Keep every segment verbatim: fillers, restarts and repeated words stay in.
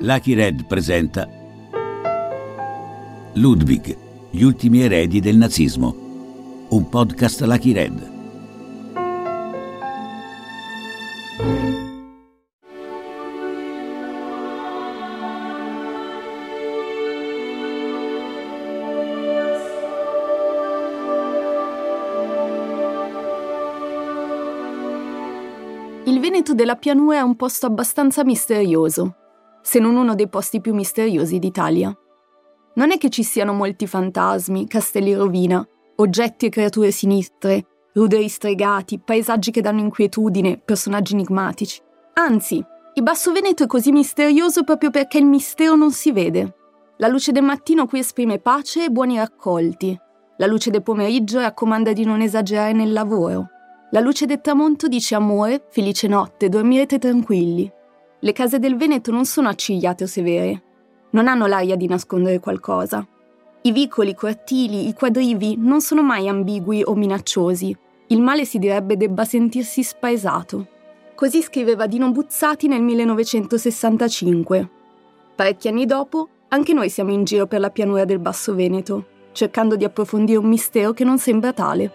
Lucky Red presenta Ludwig, gli ultimi eredi del nazismo, un podcast Lucky Red. Il Veneto della Pianura è un posto abbastanza misterioso, se non uno dei posti più misteriosi d'Italia. Non è che ci siano molti fantasmi, castelli rovina, oggetti e creature sinistre, ruderi stregati, paesaggi che danno inquietudine, personaggi enigmatici. Anzi, il Basso Veneto è così misterioso proprio perché il mistero non si vede. La luce del mattino qui esprime pace e buoni raccolti. La luce del pomeriggio raccomanda di non esagerare nel lavoro. La luce del tramonto dice amore, felice notte, dormirete tranquilli. Le case del Veneto non sono accigliate o severe. Non hanno l'aria di nascondere qualcosa. I vicoli, i cortili, i quadrivi non sono mai ambigui o minacciosi. Il male si direbbe debba sentirsi spaesato. Così scriveva Dino Buzzati nel millenovecentosessantacinque. Parecchi anni dopo, anche noi siamo in giro per la pianura del Basso Veneto, cercando di approfondire un mistero che non sembra tale.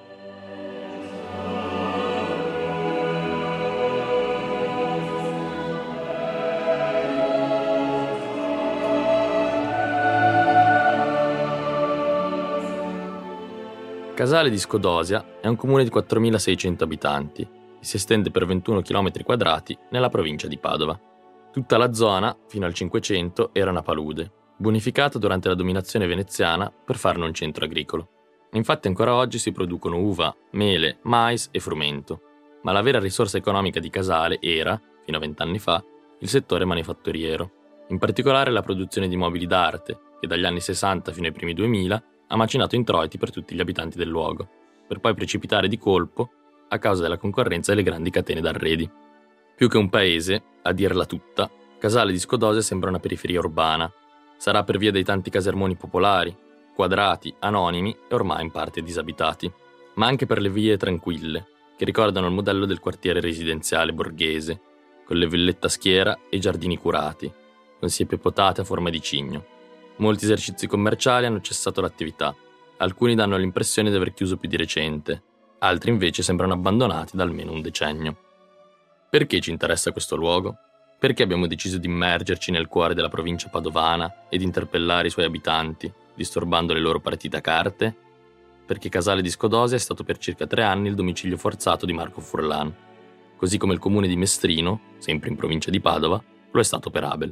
Casale di Scodosia è un comune di quattromilaseicento abitanti e si estende per ventuno chilometri quadrati nella provincia di Padova. Tutta la zona, fino al Cinquecento, era una palude, bonificata durante la dominazione veneziana per farne un centro agricolo. Infatti ancora oggi si producono uva, mele, mais e frumento, ma la vera risorsa economica di Casale era, fino a vent'anni fa, il settore manifatturiero, in particolare la produzione di mobili d'arte, che dagli anni sessanta fino ai primi duemila ha macinato introiti per tutti gli abitanti del luogo, per poi precipitare di colpo a causa della concorrenza delle grandi catene d'arredi. Più che un paese, a dirla tutta, Casale di Scodosia sembra una periferia urbana. Sarà per via dei tanti casermoni popolari, quadrati, anonimi e ormai in parte disabitati, ma anche per le vie tranquille, che ricordano il modello del quartiere residenziale borghese, con le villette a schiera e giardini curati, con siepi potate a forma di cigno. Molti esercizi commerciali hanno cessato l'attività, alcuni danno l'impressione di aver chiuso più di recente, altri invece sembrano abbandonati da almeno un decennio. Perché ci interessa questo luogo? Perché abbiamo deciso di immergerci nel cuore della provincia padovana ed interpellare i suoi abitanti, disturbando le loro partite a carte? Perché Casale di Scodosia è stato per circa tre anni il domicilio forzato di Marco Furlan, così come il comune di Mestrino, sempre in provincia di Padova, lo è stato per Abel.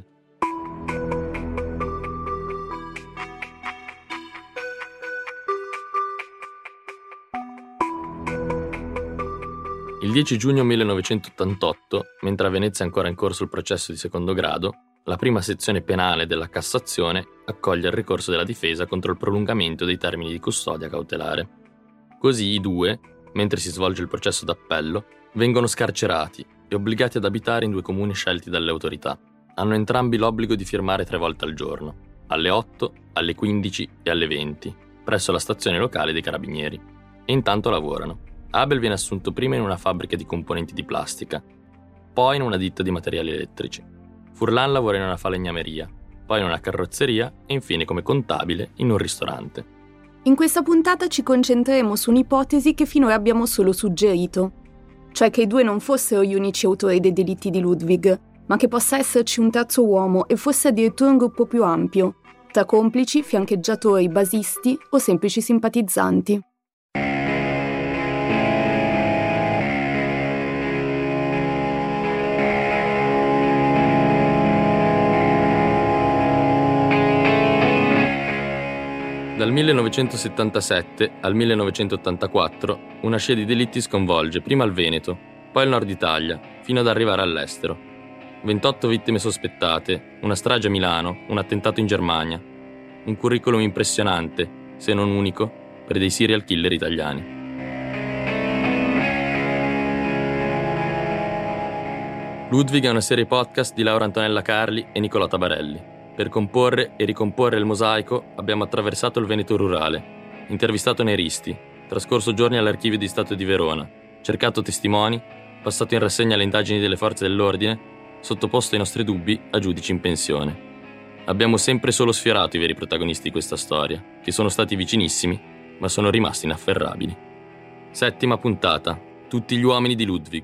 Il dieci giugno millenovecentottantotto, mentre a Venezia è ancora in corso il processo di secondo grado, la prima sezione penale della Cassazione accoglie il ricorso della difesa contro il prolungamento dei termini di custodia cautelare. Così i due, mentre si svolge il processo d'appello, vengono scarcerati e obbligati ad abitare in due comuni scelti dalle autorità. Hanno entrambi l'obbligo di firmare tre volte al giorno, alle otto, alle quindici e alle venti, presso la stazione locale dei Carabinieri. E intanto lavorano. Abel viene assunto prima in una fabbrica di componenti di plastica, poi in una ditta di materiali elettrici. Furlan lavora in una falegnameria, poi in una carrozzeria e infine come contabile in un ristorante. In questa puntata ci concentreremo su un'ipotesi che finora abbiamo solo suggerito, cioè che i due non fossero gli unici autori dei delitti di Ludwig, ma che possa esserci un terzo uomo e fosse addirittura un gruppo più ampio, tra complici, fiancheggiatori, basisti o semplici simpatizzanti. Dal millenovecentosettantasette al millenovecentottantaquattro una scia di delitti sconvolge prima il Veneto, poi il nord Italia, fino ad arrivare all'estero. ventotto vittime sospettate, una strage a Milano, un attentato in Germania. Un curriculum impressionante, se non unico, per dei serial killer italiani. Ludwig è una serie podcast di Laura Antonella Carli e Nicolò Tabarelli. Per comporre e ricomporre il mosaico abbiamo attraversato il Veneto rurale, intervistato neristi, trascorso giorni all'Archivio di Stato di Verona, cercato testimoni, passato in rassegna le indagini delle forze dell'ordine, sottoposto i nostri dubbi a giudici in pensione. Abbiamo sempre solo sfiorato i veri protagonisti di questa storia, che sono stati vicinissimi, ma sono rimasti inafferrabili. Settima puntata. Tutti gli uomini di Ludwig.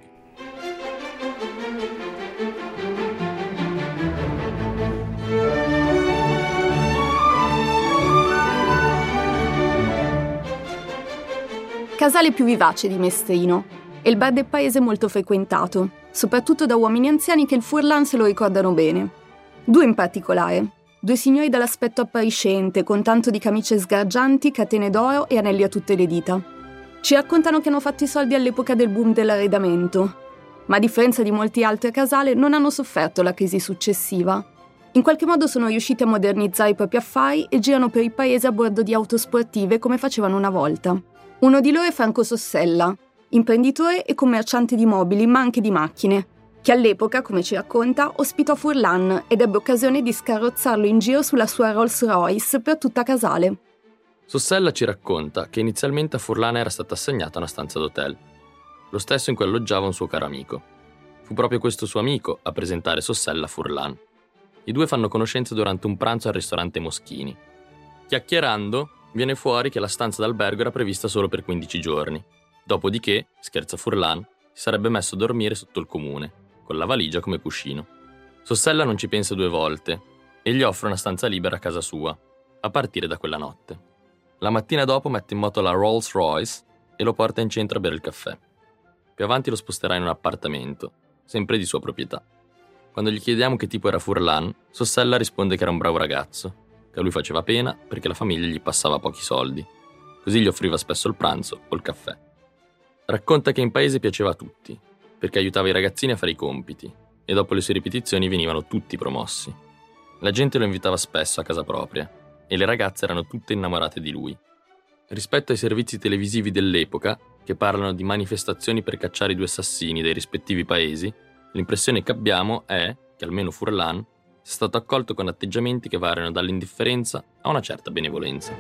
Casale più vivace di Mestrino e il bar del paese molto frequentato, soprattutto da uomini anziani che il Furlan se lo ricordano bene. Due in particolare, due signori dall'aspetto appariscente, con tanto di camicie sgargianti, catene d'oro e anelli a tutte le dita. Ci raccontano che hanno fatto i soldi all'epoca del boom dell'arredamento, ma a differenza di molti altri a Casale non hanno sofferto la crisi successiva. In qualche modo sono riusciti a modernizzare i propri affari e girano per il paese a bordo di auto sportive come facevano una volta. Uno di loro è Franco Sossella, imprenditore e commerciante di mobili, ma anche di macchine, che all'epoca, come ci racconta, ospitò Furlan ed ebbe occasione di scarrozzarlo in giro sulla sua Rolls Royce per tutta Casale. Sossella ci racconta che inizialmente a Furlan era stata assegnata una stanza d'hotel, lo stesso in cui alloggiava un suo caro amico. Fu proprio questo suo amico a presentare Sossella a Furlan. I due fanno conoscenza durante un pranzo al ristorante Moschini. Chiacchierando, viene fuori che la stanza d'albergo era prevista solo per quindici giorni. Dopodiché, scherza Furlan, si sarebbe messo a dormire sotto il comune, con la valigia come cuscino. Sossella non ci pensa due volte e gli offre una stanza libera a casa sua, a partire da quella notte. La mattina dopo mette in moto la Rolls Royce e lo porta in centro a bere il caffè. Più avanti lo sposterà in un appartamento, sempre di sua proprietà. Quando gli chiediamo che tipo era Furlan, Sossella risponde che era un bravo ragazzo, che a lui faceva pena perché la famiglia gli passava pochi soldi. Così gli offriva spesso il pranzo o il caffè. Racconta che in paese piaceva a tutti, perché aiutava i ragazzini a fare i compiti e dopo le sue ripetizioni venivano tutti promossi. La gente lo invitava spesso a casa propria e le ragazze erano tutte innamorate di lui. Rispetto ai servizi televisivi dell'epoca, che parlano di manifestazioni per cacciare i due assassini dai rispettivi paesi, l'impressione che abbiamo è che almeno Furlan sia stato accolto con atteggiamenti che variano dall'indifferenza a una certa benevolenza.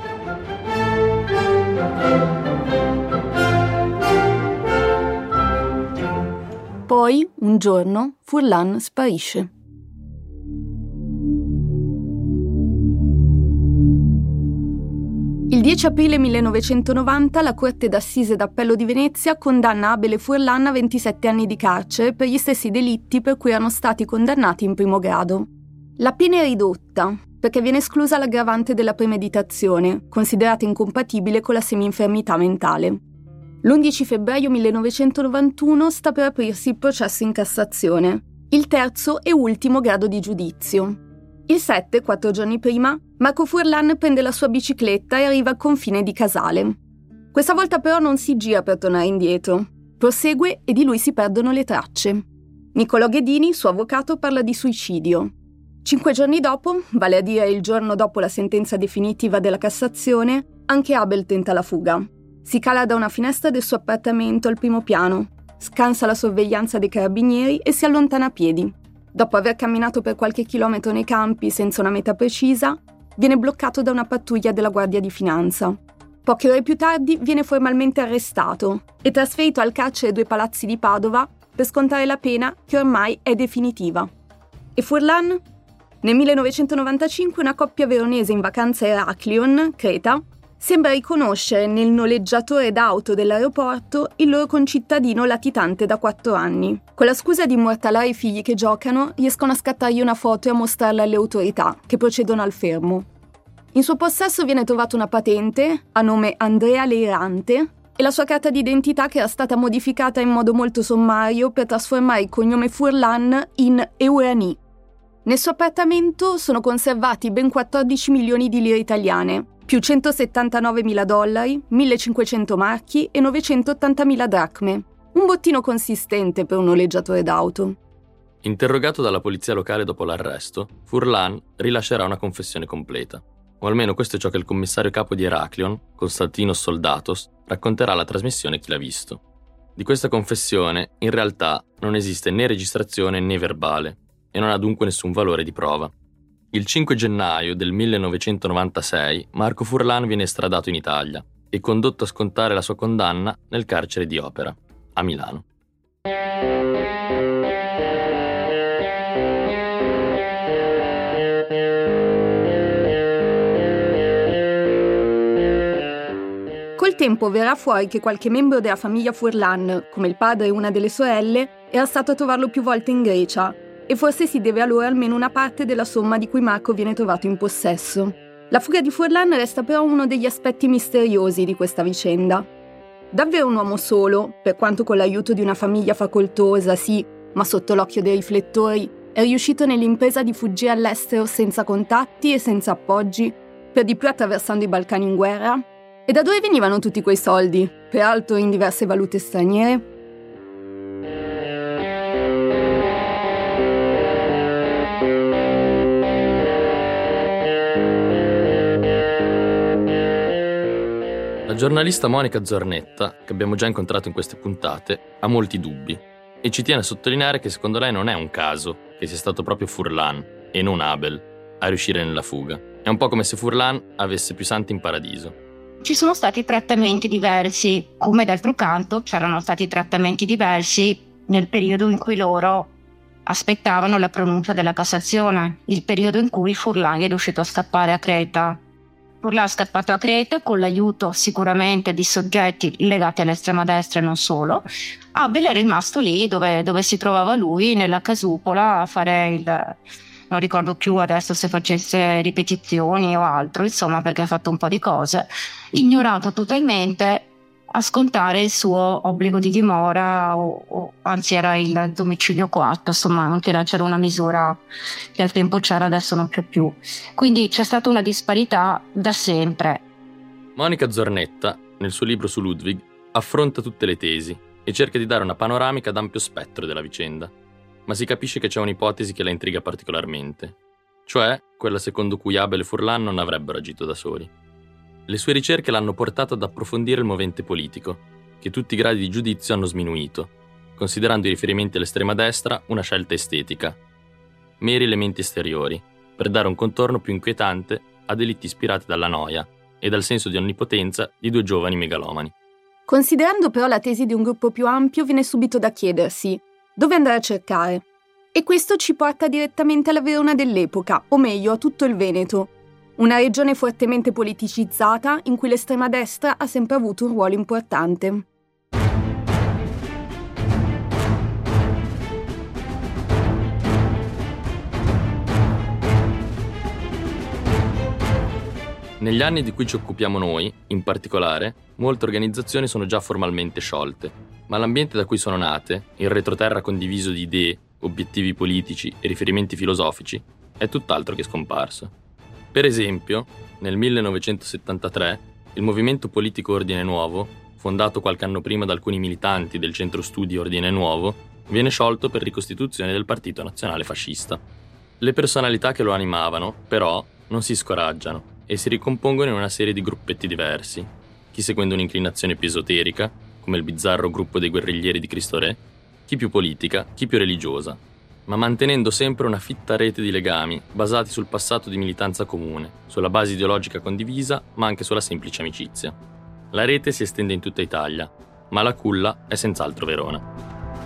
Poi, un giorno, Furlan sparisce. Il dieci aprile millenovecentonovanta la Corte d'Assise d'Appello di Venezia condanna Abel e Furlan a ventisette anni di carcere per gli stessi delitti per cui erano stati condannati in primo grado. La pena è ridotta, perché viene esclusa l'aggravante della premeditazione, considerata incompatibile con la semi-infermità mentale. L'undici febbraio millenovecentonovantuno sta per aprirsi il processo in Cassazione, il terzo e ultimo grado di giudizio. Il sette, quattro giorni prima, Marco Furlan prende la sua bicicletta e arriva al confine di Casale. Questa volta però non si gira per tornare indietro. Prosegue e di lui si perdono le tracce. Niccolò Ghedini, suo avvocato, parla di suicidio. Cinque giorni dopo, vale a dire il giorno dopo la sentenza definitiva della Cassazione, anche Abel tenta la fuga. Si cala da una finestra del suo appartamento al primo piano, scansa la sorveglianza dei carabinieri e si allontana a piedi. Dopo aver camminato per qualche chilometro nei campi senza una meta precisa, viene bloccato da una pattuglia della Guardia di Finanza. Poche ore più tardi viene formalmente arrestato e trasferito al carcere Due Palazzi di Padova per scontare la pena che ormai è definitiva. E Furlan? Nel millenovecentonovantacinque una coppia veronese in vacanza a Heraklion, Creta, sembra riconoscere nel noleggiatore d'auto dell'aeroporto il loro concittadino latitante da quattro anni. Con la scusa di immortalare i figli che giocano, riescono a scattargli una foto e a mostrarla alle autorità, che procedono al fermo. In suo possesso viene trovata una patente, a nome Andrea Leirante, e la sua carta d'identità che era stata modificata in modo molto sommario per trasformare il cognome Furlan in Eurani. Nel suo appartamento sono conservati ben quattordici milioni di lire italiane, più centosettantanovemila dollari, millecinquecento marchi e novecentottantamila dracme. Un bottino consistente per un noleggiatore d'auto. Interrogato dalla polizia locale dopo l'arresto, Furlan rilascerà una confessione completa. O almeno questo è ciò che il commissario capo di Heraklion, Konstantinos Soldatos, racconterà alla trasmissione Chi l'ha visto. Di questa confessione, in realtà, non esiste né registrazione né verbale, e non ha dunque nessun valore di prova. Il cinque gennaio del millenovecentonovantasei Marco Furlan viene estradato in Italia e condotto a scontare la sua condanna nel carcere di Opera, a Milano. tempo verrà fuori che qualche membro della famiglia Furlan, come il padre e una delle sorelle, era stato a trovarlo più volte in Grecia e forse si deve a loro almeno una parte della somma di cui Marco viene trovato in possesso. La fuga di Furlan resta però uno degli aspetti misteriosi di questa vicenda. Davvero un uomo solo, per quanto con l'aiuto di una famiglia facoltosa, sì, ma sotto l'occhio dei riflettori, è riuscito nell'impresa di fuggire all'estero senza contatti e senza appoggi, per di più attraversando i Balcani in guerra? E da dove venivano tutti quei soldi, peraltro in diverse valute straniere? La giornalista Monica Zornetta, che abbiamo già incontrato in queste puntate, ha molti dubbi e ci tiene a sottolineare che secondo lei non è un caso che sia stato proprio Furlan e non Abel a riuscire nella fuga. È un po' come se Furlan avesse più santi in paradiso. Ci sono stati trattamenti diversi, come d'altro canto c'erano stati trattamenti diversi nel periodo in cui loro aspettavano la pronuncia della Cassazione, il periodo in cui Furlan è riuscito a scappare a Creta. Furlan è scappato a Creta con l'aiuto sicuramente di soggetti legati all'estrema destra e non solo. Abel è rimasto lì dove, dove si trovava lui, nella casupola, a fare il... non ricordo più adesso se facesse ripetizioni o altro, insomma, perché ha fatto un po' di cose, ignorato totalmente a scontare il suo obbligo di dimora, o, o anzi era il domicilio quattro, insomma, anche là c'era una misura che al tempo c'era, adesso non c'è più. Quindi c'è stata una disparità da sempre. Monica Zornetta, nel suo libro su Ludwig, affronta tutte le tesi e cerca di dare una panoramica ad ampio spettro della vicenda. Ma si capisce che c'è un'ipotesi che la intriga particolarmente, cioè quella secondo cui Abel e Furlan non avrebbero agito da soli. Le sue ricerche l'hanno portato ad approfondire il movente politico, che tutti i gradi di giudizio hanno sminuito, considerando i riferimenti all'estrema destra una scelta estetica, meri elementi esteriori, per dare un contorno più inquietante a delitti ispirati dalla noia e dal senso di onnipotenza di due giovani megalomani. Considerando però la tesi di un gruppo più ampio, viene subito da chiedersi dove andare a cercare? E questo ci porta direttamente alla Verona dell'epoca, o meglio a tutto il Veneto, una regione fortemente politicizzata in cui l'estrema destra ha sempre avuto un ruolo importante. Negli anni di cui ci occupiamo noi, in particolare, molte organizzazioni sono già formalmente sciolte, ma l'ambiente da cui sono nate, il retroterra condiviso di idee, obiettivi politici e riferimenti filosofici, è tutt'altro che scomparso. Per esempio, nel millenovecentosettantatré, il movimento politico Ordine Nuovo, fondato qualche anno prima da alcuni militanti del centro studi Ordine Nuovo, viene sciolto per ricostituzione del Partito Nazionale Fascista. Le personalità che lo animavano, però, non si scoraggiano e si ricompongono in una serie di gruppetti diversi, chi seguendo un'inclinazione più esoterica, come il bizzarro gruppo dei guerriglieri di Cristo Re, chi più politica, chi più religiosa, ma mantenendo sempre una fitta rete di legami basati sul passato di militanza comune, sulla base ideologica condivisa, ma anche sulla semplice amicizia. La rete si estende in tutta Italia, ma la culla è senz'altro Verona.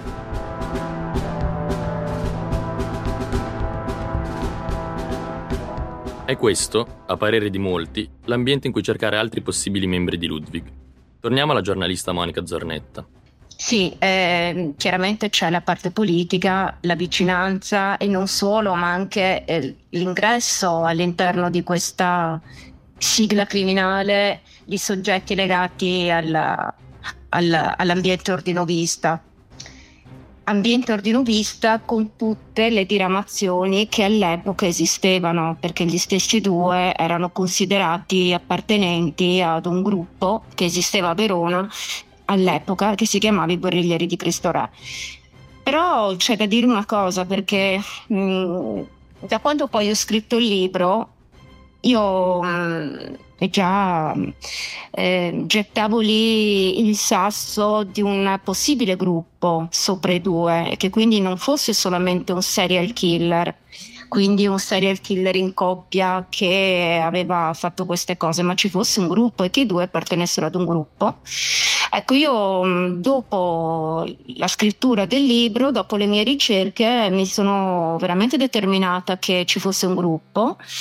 È questo, a parere di molti, l'ambiente in cui cercare altri possibili membri di Ludwig. Torniamo alla giornalista Monica Zornetta. Sì, eh, chiaramente c'è la parte politica, la vicinanza e non solo, ma anche eh, l'ingresso all'interno di questa sigla criminale di soggetti legati alla, alla, all'ambiente ordinovista. Ambiente ordinovista con tutte le diramazioni che all'epoca esistevano, perché gli stessi due erano considerati appartenenti ad un gruppo che esisteva a Verona all'epoca, che si chiamava i Guerriglieri di Cristo Re. Però c'è da dire una cosa, perché mh, da quando poi ho scritto il libro io mh, già eh, gettavo lì il sasso di un possibile gruppo sopra i due, che quindi non fosse solamente un serial killer, quindi un serial killer in coppia che aveva fatto queste cose, ma ci fosse un gruppo e che i due appartenessero ad un gruppo. Ecco, io dopo la scrittura del libro, dopo le mie ricerche, mi sono veramente determinata che ci fosse un gruppo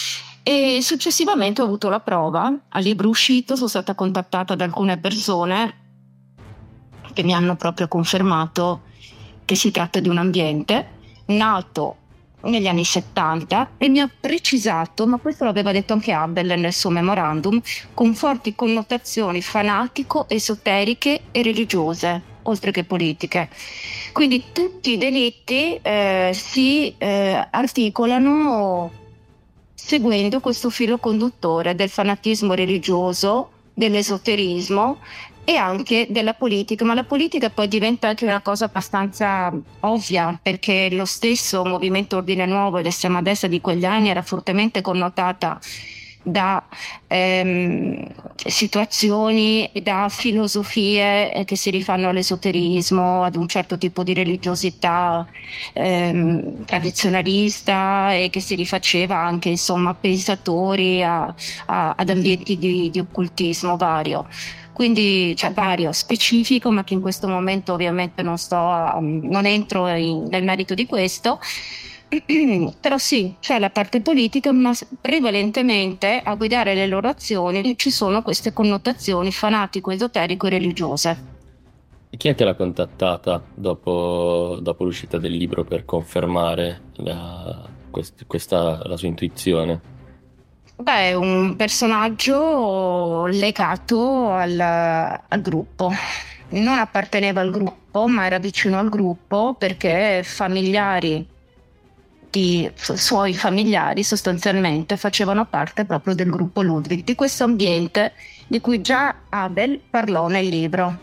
E successivamente ho avuto la prova. Al libro uscito sono stata contattata da alcune persone che mi hanno proprio confermato che si tratta di un ambiente nato negli anni settanta, e mi ha precisato, ma questo l'aveva detto anche Abel nel suo memorandum, con forti connotazioni fanatico-esoteriche e religiose, oltre che politiche. Quindi tutti i delitti eh, si eh, articolano seguendo questo filo conduttore del fanatismo religioso, dell'esoterismo e anche della politica, ma la politica poi diventa anche una cosa abbastanza ovvia, perché lo stesso movimento Ordine Nuovo e l'estrema destra di quegli anni era fortemente connotata da ehm, situazioni e da filosofie che si rifanno all'esoterismo, ad un certo tipo di religiosità ehm, tradizionalista, e che si rifaceva anche insomma a pensatori, a, a, ad ambienti di, di occultismo vario. Quindi c'è cioè, vario, specifico, ma che in questo momento ovviamente non sto, um, non entro in, nel merito di questo. Però sì, c'è la parte politica, ma prevalentemente a guidare le loro azioni ci sono queste connotazioni fanatico, esoterico e religiose. E chi è che l'ha contattata dopo, dopo l'uscita del libro per confermare la, quest, questa, la sua intuizione? Beh, un personaggio legato al, al gruppo. Non apparteneva al gruppo, ma era vicino al gruppo, perché familiari di suoi familiari sostanzialmente facevano parte proprio del gruppo Ludwig, di questo ambiente di cui già Abel parlò nel libro.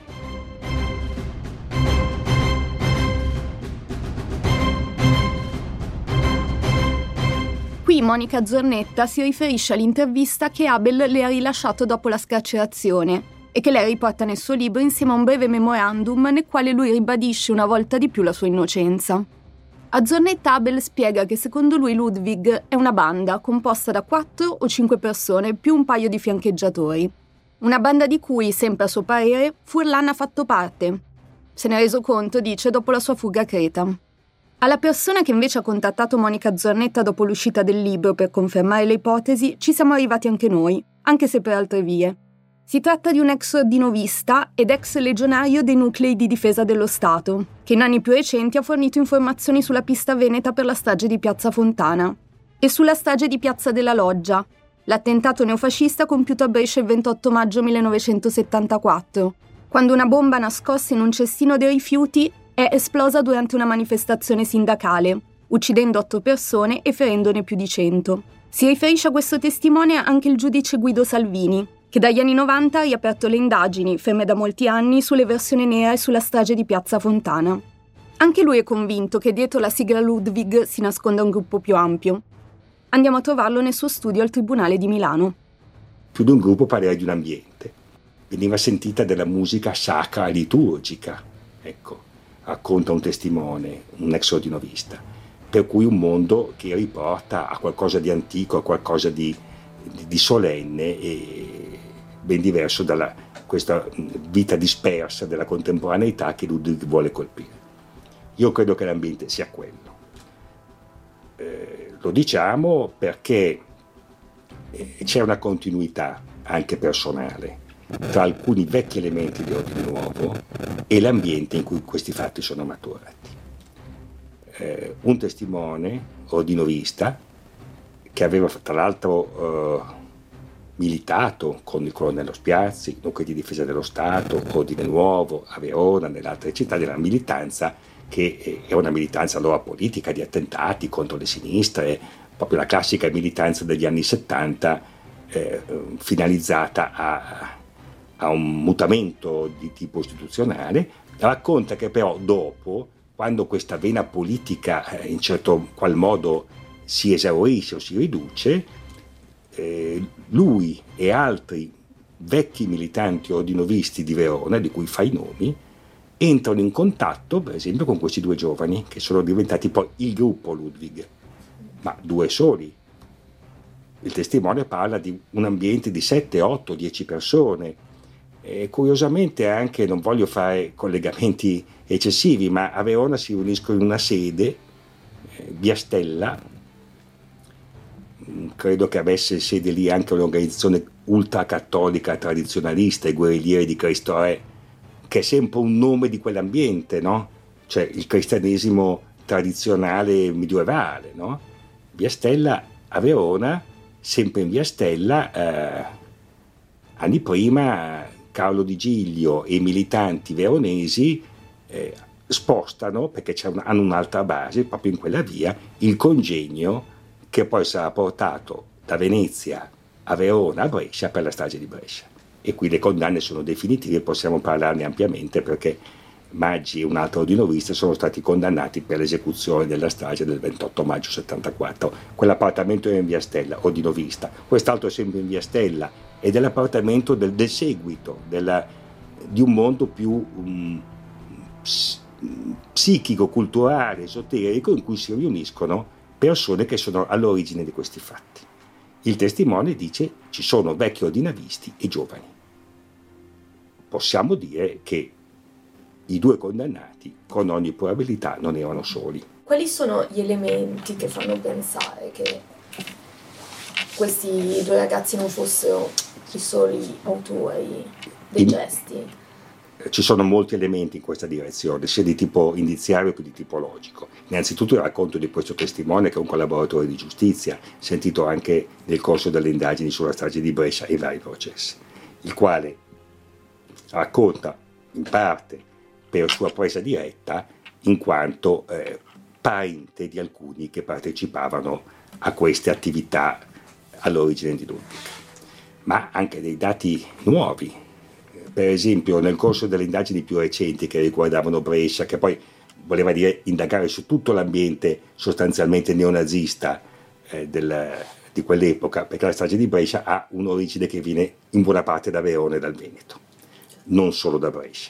Qui Monica Zornetta si riferisce all'intervista che Abel le ha rilasciato dopo la scarcerazione e che lei riporta nel suo libro insieme a un breve memorandum nel quale lui ribadisce una volta di più la sua innocenza. A Zornetta Abel spiega che secondo lui Ludwig è una banda composta da quattro o cinque persone più un paio di fiancheggiatori. Una banda di cui, sempre a suo parere, Furlan ha fatto parte. Se ne è reso conto, dice, dopo la sua fuga a Creta. Alla persona che invece ha contattato Monica Zornetta dopo l'uscita del libro per confermare le ipotesi ci siamo arrivati anche noi, anche se per altre vie. Si tratta di un ex ordinovista ed ex legionario dei nuclei di difesa dello Stato, che in anni più recenti ha fornito informazioni sulla pista veneta per la strage di Piazza Fontana e sulla strage di Piazza della Loggia, l'attentato neofascista compiuto a Brescia il ventotto maggio millenovecentosettantaquattro, quando una bomba nascosta in un cestino dei rifiuti è esplosa durante una manifestazione sindacale, uccidendo otto persone e ferendone più di cento. Si riferisce a questo testimone anche il giudice Guido Salvini, che dagli anni novanta ha riaperto le indagini, ferme da molti anni, sull'eversione nera e sulla strage di Piazza Fontana. Anche lui è convinto che dietro la sigla Ludwig si nasconda un gruppo più ampio. Andiamo a trovarlo nel suo studio al Tribunale di Milano. Più di un gruppo pareva di un ambiente. Veniva sentita della musica sacra liturgica, ecco. Racconta un testimone, un ex ordinovista, per cui un mondo che riporta a qualcosa di antico, a qualcosa di, di, di solenne e ben diverso dalla questa vita dispersa della contemporaneità che Ludwig vuole colpire. Io credo che l'ambiente sia quello. Eh, lo diciamo perché eh, c'è una continuità anche personale tra alcuni vecchi elementi di Ordine Nuovo e l'ambiente in cui questi fatti sono maturati. Eh, un testimone ordinovista che aveva tra l'altro eh, militato con il colonnello Spiazzi, nuclei di difesa dello Stato, Ordine Nuovo, a Verona, nelle altre città, della militanza che è una militanza allora politica di attentati contro le sinistre, proprio la classica militanza degli anni settanta eh, finalizzata a a un mutamento di tipo istituzionale. Racconta che però dopo, quando questa vena politica in certo qual modo si esaurisce o si riduce, eh, lui e altri vecchi militanti ordinovisti di Verona, di cui fa i nomi, entrano in contatto per esempio con questi due giovani che sono diventati poi il gruppo Ludwig, ma due soli. Il testimone parla di un ambiente di sette, otto, dieci persone. E curiosamente anche, non voglio fare collegamenti eccessivi, ma a Verona si riuniscono in una sede, eh, via Stella, credo che avesse sede lì anche un'organizzazione ultracattolica tradizionalista, i Guerriglieri di Cristo Re, che è sempre un nome di quell'ambiente, no? Cioè il cristianesimo tradizionale medievale, no? Via Stella a Verona, sempre in Via Stella, eh, anni prima Carlo Di Giglio e i militanti veronesi eh, spostano, perché c'è un, hanno un'altra base, proprio in quella via, il congegno che poi sarà portato da Venezia a Verona, a Brescia, per la strage di Brescia. E qui le condanne sono definitive, possiamo parlarne ampiamente, perché Maggi e un altro ordinovista sono stati condannati per l'esecuzione della strage del ventotto maggio settantaquattro. Quell'appartamento era in Via Stella, ordinovista, quest'altro è sempre in Via Stella, ed è l'appartamento del, del seguito, della, di un mondo più um, ps, psichico, culturale, esoterico, in cui si riuniscono persone che sono all'origine di questi fatti. Il testimone dice: ci sono vecchi ordinavisti e giovani. Possiamo dire che i due condannati, con ogni probabilità, non erano soli. Quali sono gli elementi che fanno pensare che questi due ragazzi non fossero i soli autori dei in, gesti? Ci sono molti elementi in questa direzione, sia di tipo indiziario che di tipo logico. Innanzitutto il racconto di questo testimone, che è un collaboratore di giustizia, sentito anche nel corso delle indagini sulla strage di Brescia e vari processi, il quale racconta in parte per sua presa diretta, in quanto eh, parente di alcuni che partecipavano a queste attività all'origine di Ludwig. Ma anche dei dati nuovi. Per esempio, nel corso delle indagini più recenti che riguardavano Brescia, che poi voleva dire indagare su tutto l'ambiente sostanzialmente neonazista eh, del, di quell'epoca, perché la strage di Brescia ha un'origine che viene in buona parte da Verona e dal Veneto, non solo da Brescia.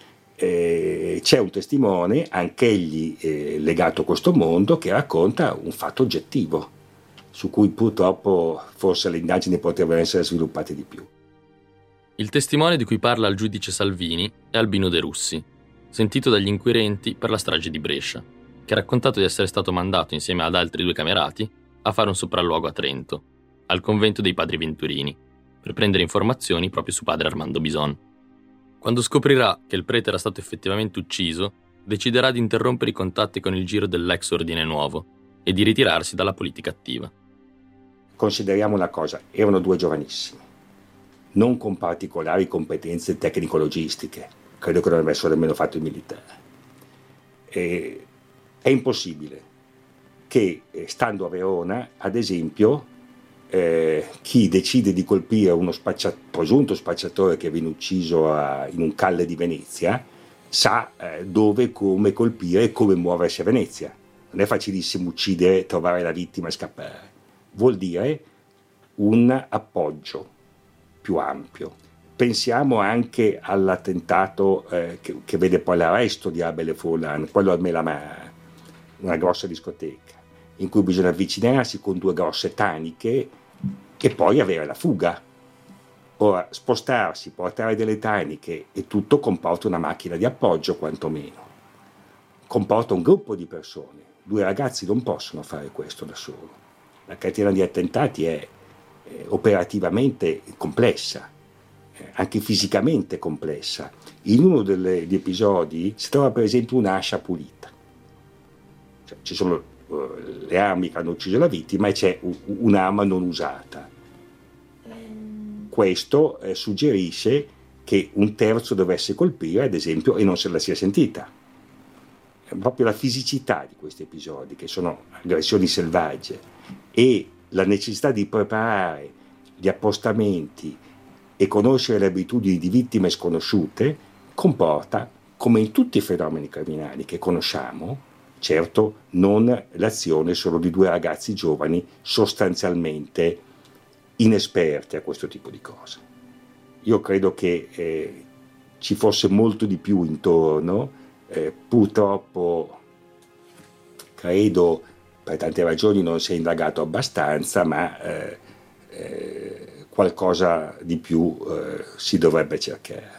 Eh, c'è un testimone, anch'egli eh, legato a questo mondo, che racconta un fatto oggettivo, su cui purtroppo forse le indagini potrebbero essere sviluppate di più. Il testimone di cui parla il giudice Salvini è Albino De Russi, sentito dagli inquirenti per la strage di Brescia, che ha raccontato di essere stato mandato insieme ad altri due camerati a fare un sopralluogo a Trento, al convento dei Padri Venturini, per prendere informazioni proprio su padre Armando Bison. Quando scoprirà che il prete era stato effettivamente ucciso, deciderà di interrompere i contatti con il giro dell'ex Ordine Nuovo e di ritirarsi dalla politica attiva. Consideriamo una cosa, erano due giovanissimi, non con particolari competenze tecnico-logistiche, credo che non avessero nemmeno fatto il militare. E è impossibile che, stando a Verona, ad esempio, eh, chi decide di colpire uno spaccia- presunto spacciatore che viene ucciso a, in un calle di Venezia, sa eh, dove e come colpire e come muoversi a Venezia. Non è facilissimo uccidere, trovare la vittima e scappare. Vuol dire un appoggio più ampio. Pensiamo anche all'attentato eh, che, che vede poi l'arresto di Abel e Furlan, quello al Melamar, una grossa discoteca, in cui bisogna avvicinarsi con due grosse taniche e poi avere la fuga. Ora, spostarsi, portare delle taniche e tutto comporta una macchina di appoggio, quantomeno. Comporta un gruppo di persone. Due ragazzi non possono fare questo da solo. La catena di attentati è eh, operativamente complessa, eh, anche fisicamente complessa. In uno degli episodi si trova per esempio un'ascia pulita. Cioè, ci sono uh, le armi che hanno ucciso la vittima e c'è u- un'arma non usata. Questo eh, suggerisce che un terzo dovesse colpire, ad esempio, e non se la sia sentita. È proprio la fisicità di questi episodi, che sono aggressioni selvagge, e la necessità di preparare gli appostamenti e conoscere le abitudini di vittime sconosciute comporta, come in tutti i fenomeni criminali che conosciamo, certo non l'azione solo di due ragazzi giovani sostanzialmente inesperti a questo tipo di cose. Io credo che eh, ci fosse molto di più intorno, eh, purtroppo credo per tante ragioni non si è indagato abbastanza, ma eh, eh, qualcosa di più eh, si dovrebbe cercare.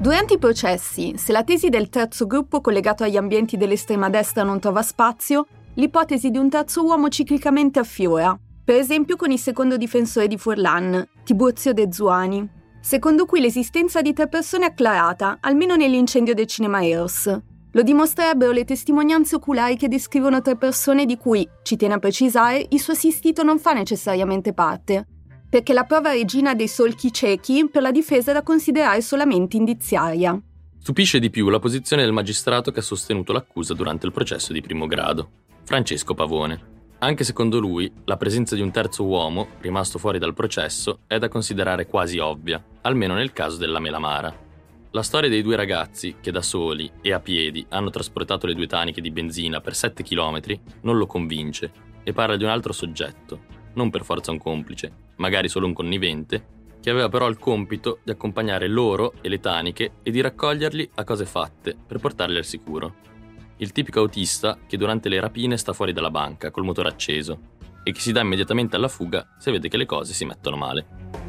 Durante i processi, se la tesi del terzo gruppo collegato agli ambienti dell'estrema destra non trova spazio, l'ipotesi di un terzo uomo ciclicamente affiora, per esempio con il secondo difensore di Furlan, Tiburcio De Zuani, secondo cui l'esistenza di tre persone è acclarata, almeno nell'incendio del cinema Eros. Lo dimostrerebbero le testimonianze oculari che descrivono tre persone di cui, ci tiene a precisare, il suo assistito non fa necessariamente parte, perché la prova regina dei solchi ciechi per la difesa è da considerare solamente indiziaria. Stupisce di più la posizione del magistrato che ha sostenuto l'accusa durante il processo di primo grado, Francesco Pavone. Anche secondo lui, la presenza di un terzo uomo, rimasto fuori dal processo, è da considerare quasi ovvia, almeno nel caso della Melamara. La storia dei due ragazzi, che da soli e a piedi hanno trasportato le due taniche di benzina per sette chilometri, non lo convince e parla di un altro soggetto, non per forza un complice, magari solo un connivente, che aveva però il compito di accompagnare loro e le taniche e di raccoglierli a cose fatte per portarli al sicuro. Il tipico autista che durante le rapine sta fuori dalla banca col motore acceso e che si dà immediatamente alla fuga se vede che le cose si mettono male.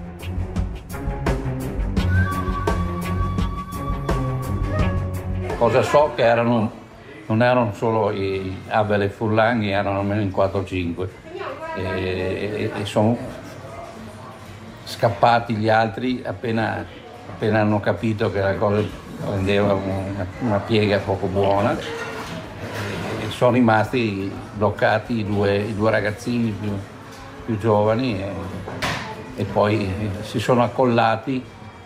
Cosa so che erano, non erano solo i Abel e Furlan, erano almeno in quattro o cinque e, e, e sono scappati gli altri appena, appena hanno capito che la cosa prendeva una, una piega poco buona e sono rimasti bloccati i due, i due ragazzini più, più giovani e, e poi si sono accollati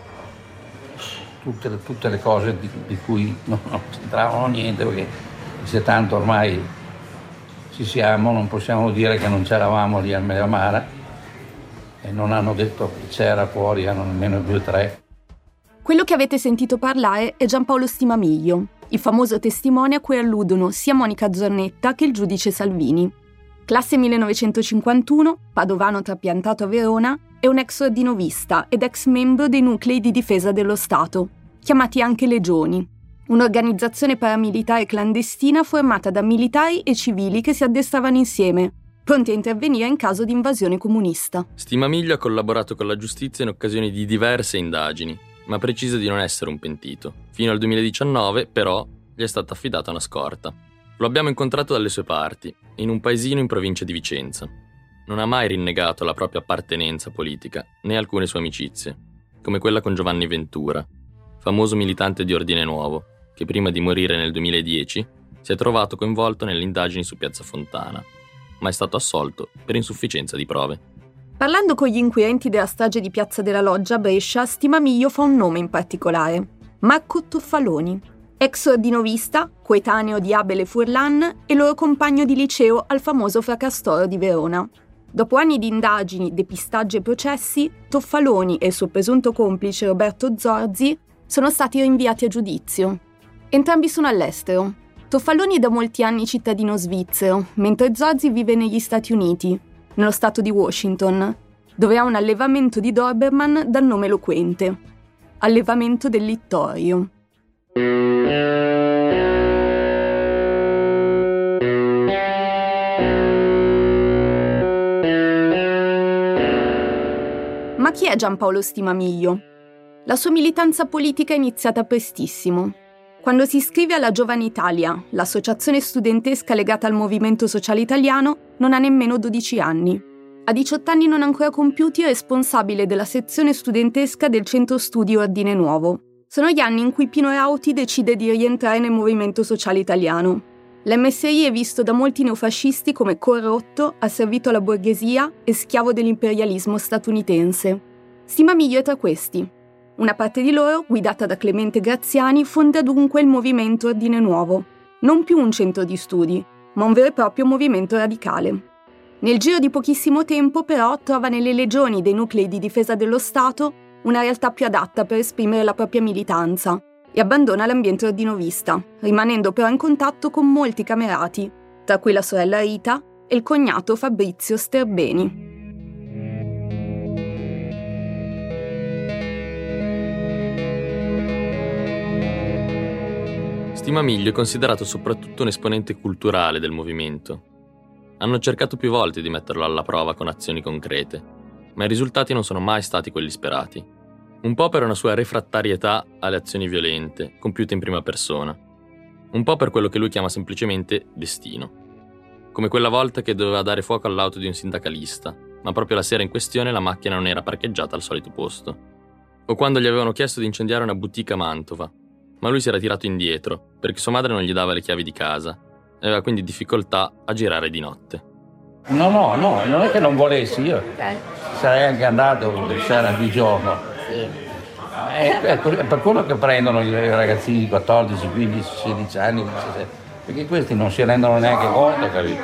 tutte, tutte le cose di, di cui non, non c'entravano niente, perché se tanto ormai ci siamo, non possiamo dire che non c'eravamo lì al Melamara e non hanno detto che c'era fuori, erano nemmeno due o tre. Quello che avete sentito parlare è Giampaolo Stimamiglio, il famoso testimone a cui alludono sia Monica Zornetta che il giudice Salvini. Classe millenovecentocinquantuno, padovano trapiantato a Verona, è un ex ordinovista ed ex membro dei nuclei di difesa dello Stato, chiamati anche Legioni, un'organizzazione paramilitare clandestina formata da militari e civili che si addestravano insieme, pronti a intervenire in caso di invasione comunista. Stimamiglio ha collaborato con la giustizia in occasione di diverse indagini, ma precisa di non essere un pentito. Fino al duemiladiciannove, però, gli è stata affidata una scorta. Lo abbiamo incontrato dalle sue parti, in un paesino in provincia di Vicenza. Non ha mai rinnegato la propria appartenenza politica, né alcune sue amicizie, come quella con Giovanni Ventura, famoso militante di Ordine Nuovo, che prima di morire nel duemiladieci si è trovato coinvolto nelle indagini su Piazza Fontana, ma è stato assolto per insufficienza di prove. Parlando con gli inquirenti della strage di Piazza della Loggia a Brescia, Stimamiglio fa un nome in particolare: Marco Toffaloni, ex ordinovista, coetaneo di Abel e Furlan e loro compagno di liceo al famoso Fracastoro di Verona. Dopo anni di indagini, depistaggi e processi, Toffaloni e il suo presunto complice Roberto Zorzi sono stati rinviati a giudizio. Entrambi sono all'estero. Toffaloni è da molti anni cittadino svizzero, mentre Zorzi vive negli Stati Uniti, nello stato di Washington, dove ha un allevamento di Doberman dal nome eloquente: allevamento del Littorio. Ma chi è Giampaolo Stimamiglio? La sua militanza politica è iniziata prestissimo. Quando si iscrive alla Giovane Italia, l'associazione studentesca legata al Movimento Sociale Italiano, non ha nemmeno dodici anni. A diciotto anni non ancora compiuti è responsabile della sezione studentesca del Centro Studi Ordine Nuovo. Sono gli anni in cui Pino Rauti decide di rientrare nel Movimento Sociale Italiano. L'M S I è visto da molti neofascisti come corrotto, asservito alla borghesia e schiavo dell'imperialismo statunitense. Stimamiglio è tra questi. Una parte di loro, guidata da Clemente Graziani, fonda dunque il Movimento Ordine Nuovo. Non più un centro di studi, ma un vero e proprio movimento radicale. Nel giro di pochissimo tempo, però, trova nelle legioni dei nuclei di difesa dello Stato una realtà più adatta per esprimere la propria militanza e abbandona l'ambiente ordinovista, rimanendo però in contatto con molti camerati, tra cui la sorella Rita e il cognato Fabrizio Sterbeni. Stimamiglio è considerato soprattutto un esponente culturale del movimento. Hanno cercato più volte di metterlo alla prova con azioni concrete, ma i risultati non sono mai stati quelli sperati. Un po' per una sua refrattarietà alle azioni violente, compiute in prima persona. Un po' per quello che lui chiama semplicemente destino. Come quella volta che doveva dare fuoco all'auto di un sindacalista, ma proprio la sera in questione la macchina non era parcheggiata al solito posto. O quando gli avevano chiesto di incendiare una boutique a Mantova, ma lui si era tirato indietro, perché sua madre non gli dava le chiavi di casa, e aveva quindi difficoltà a girare di notte. No, no, no, non è che non volessi, io sarei anche andato c'era di giorno. È, è per quello che prendono i ragazzini di quattordici, quindici, sedici anni, diciassette, perché questi non si rendono neanche conto, capito?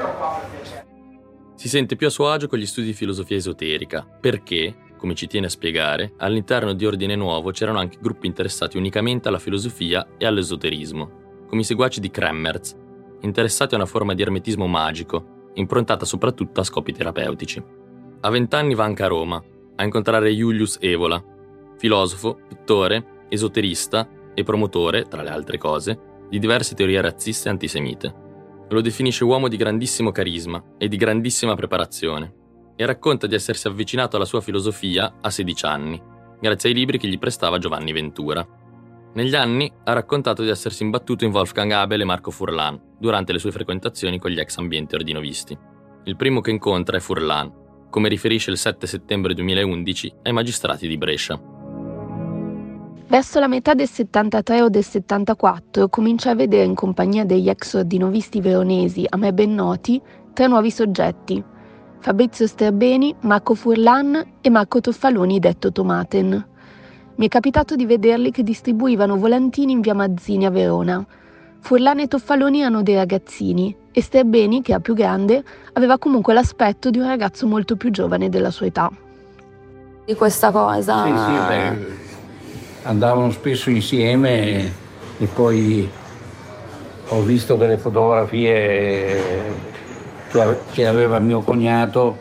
Si sente più a suo agio con gli studi di filosofia esoterica, perché, come ci tiene a spiegare, all'interno di Ordine Nuovo c'erano anche gruppi interessati unicamente alla filosofia e all'esoterismo, come i seguaci di Kremmerz, interessati a una forma di ermetismo magico, improntata soprattutto a scopi terapeutici. A vent'anni va anche a Roma, a incontrare Julius Evola, filosofo, pittore, esoterista e promotore, tra le altre cose, di diverse teorie razziste e antisemite. Lo definisce uomo di grandissimo carisma e di grandissima preparazione e racconta di essersi avvicinato alla sua filosofia a sedici anni, grazie ai libri che gli prestava Giovanni Ventura. Negli anni ha raccontato di essersi imbattuto in Wolfgang Abel e Marco Furlan durante le sue frequentazioni con gli ex ambienti ordinovisti. Il primo che incontra è Furlan, come riferisce il sette settembre duemilaundici ai magistrati di Brescia. Verso la metà del settantatré o del settantaquattro comincia a vedere in compagnia degli ex ordinovisti veronesi a me ben noti tre nuovi soggetti: Fabrizio Sterbeni, Marco Furlan e Marco Toffaloni detto Tomaten. Mi è capitato di vederli che distribuivano volantini in via Mazzini a Verona. Furlan e Toffaloni erano dei ragazzini e Sterbeni, che era più grande, aveva comunque l'aspetto di un ragazzo molto più giovane della sua età. Di questa cosa... Sì, sì, beh, andavano spesso insieme e, e poi ho visto delle fotografie che, che aveva mio cognato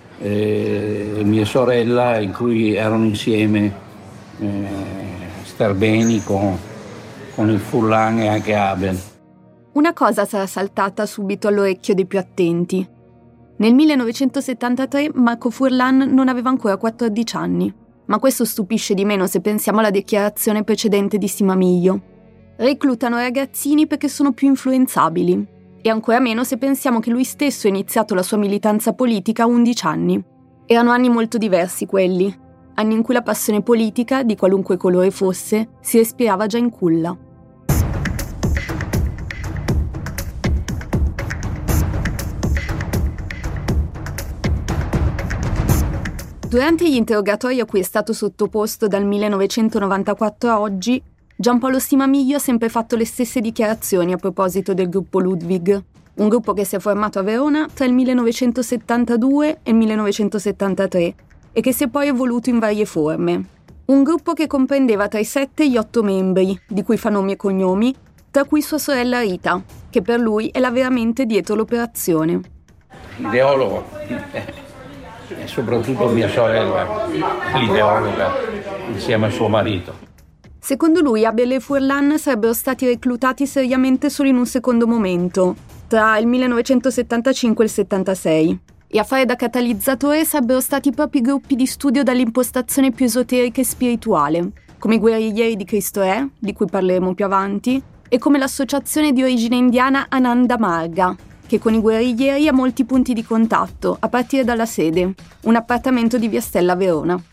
e mia sorella in cui erano insieme eh, Sterbeni con, con il Furlan e anche Abel. Una cosa sarà saltata subito all'orecchio dei più attenti. Nel millenovecentosettantatré Marco Furlan non aveva ancora quattordici anni, ma questo stupisce di meno se pensiamo alla dichiarazione precedente di Simamiglio. Reclutano ragazzini perché sono più influenzabili, e ancora meno se pensiamo che lui stesso ha iniziato la sua militanza politica a undici anni. Erano anni molto diversi quelli, anni in cui la passione politica, di qualunque colore fosse, si respirava già in culla. Durante gli interrogatori a cui è stato sottoposto dal millenovecentonovantaquattro a oggi, Giampaolo Simamiglio ha sempre fatto le stesse dichiarazioni a proposito del gruppo Ludwig, un gruppo che si è formato a Verona tra il millenovecentosettantadue e il millenovecentosettantatré e che si è poi evoluto in varie forme. Un gruppo che comprendeva tra i sette e gli otto membri, di cui fa nomi e cognomi, tra cui sua sorella Rita, che per lui è la veramente dietro l'operazione. L'ideologo e soprattutto mia sorella, l'ideologa, insieme al suo marito. Secondo lui Abel e Furlan sarebbero stati reclutati seriamente solo in un secondo momento, tra il millenovecentosettantacinque e il settantasei, e a fare da catalizzatore sarebbero stati proprio i gruppi di studio dall'impostazione più esoterica e spirituale, come i Guerriglieri di Cristo Re, di cui parleremo più avanti, e come l'associazione di origine indiana Ananda Marga, che con i guerriglieri ha molti punti di contatto, a partire dalla sede, un appartamento di Via Stella a Verona.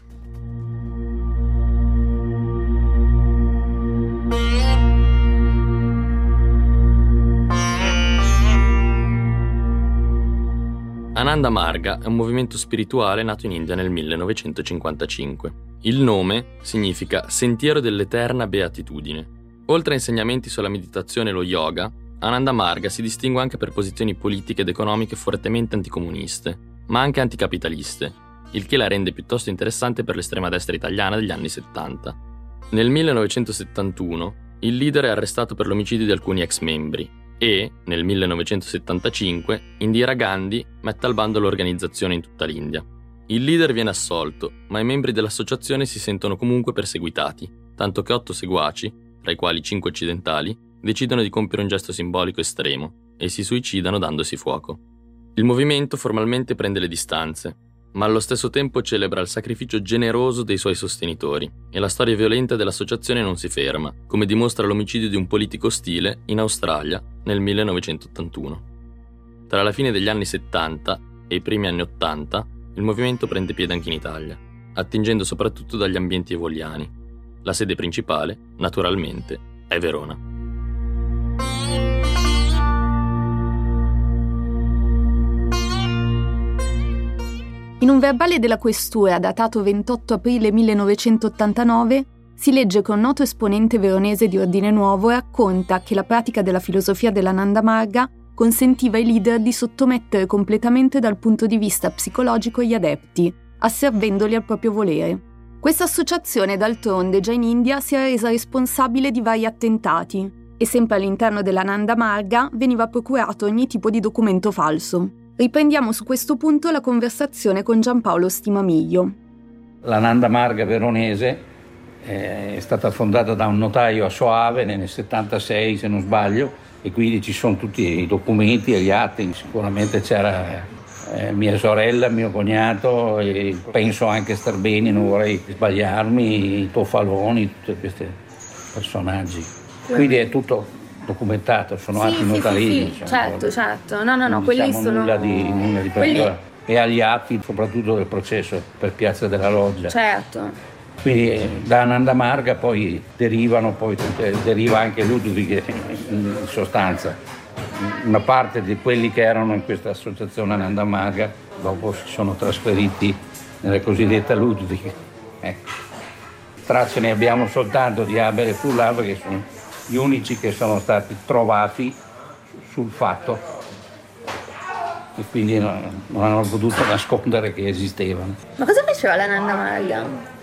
Ananda Marga è un movimento spirituale nato in India nel millenovecentocinquantacinque. Il nome significa Sentiero dell'Eterna Beatitudine. Oltre a insegnamenti sulla meditazione e lo yoga, Ananda Marga si distingue anche per posizioni politiche ed economiche fortemente anticomuniste, ma anche anticapitaliste, il che la rende piuttosto interessante per l'estrema destra italiana degli anni settanta. Nel millenovecentosettantuno il leader è arrestato per l'omicidio di alcuni ex membri e, nel millenovecentosettantacinque, Indira Gandhi mette al bando l'organizzazione in tutta l'India. Il leader viene assolto, ma i membri dell'associazione si sentono comunque perseguitati, tanto che otto seguaci, tra i quali cinque occidentali, decidono di compiere un gesto simbolico estremo e si suicidano dandosi fuoco. Il movimento formalmente prende le distanze, ma allo stesso tempo celebra il sacrificio generoso dei suoi sostenitori e la storia violenta dell'associazione non si ferma, come dimostra l'omicidio di un politico ostile in Australia nel millenovecentottantuno. Tra la fine degli anni settanta e i primi anni ottanta il movimento prende piede anche in Italia, attingendo soprattutto dagli ambienti eoliani. La sede principale, naturalmente, è Verona. In un verbale della questura datato ventotto aprile millenovecentottantanove si legge che un noto esponente veronese di Ordine Nuovo racconta che la pratica della filosofia della Nanda Marga consentiva ai leader di sottomettere completamente dal punto di vista psicologico gli adepti, asservendoli al proprio volere. Questa associazione, d'altronde, già in India si era resa responsabile di vari attentati e sempre all'interno della Nanda Marga veniva procurato ogni tipo di documento falso. Riprendiamo su questo punto la conversazione con Giampaolo Stimamiglio. La Nanda Marga veronese è stata fondata da un notaio a Soave nel settantasei, se non sbaglio, e quindi ci sono tutti i documenti e gli atti. Sicuramente c'era eh, mia sorella, mio cognato, e penso anche Starbeni, non vorrei sbagliarmi, i Tofaloni, tutti questi personaggi. Quindi è tutto documentato, sono sì, atti sì, notarini. sì, sì. Certo, certo, no, no, no, non quelli diciamo sono... nulla di, nulla di quelli... particolare. E agli atti, soprattutto del processo per Piazza della Loggia. Certo. Quindi eh, da Nanda Marga poi derivano, poi tutte, deriva anche Ludwig in sostanza. Una parte di quelli che erano in questa associazione Nanda Marga dopo si sono trasferiti nella cosiddetta Ludwig. Ecco. Tracce ne abbiamo soltanto di Abel e Furlan, perché sono gli unici che sono stati trovati sul fatto e quindi non, non hanno potuto nascondere che esistevano. Ma cosa faceva la Nanda Marga?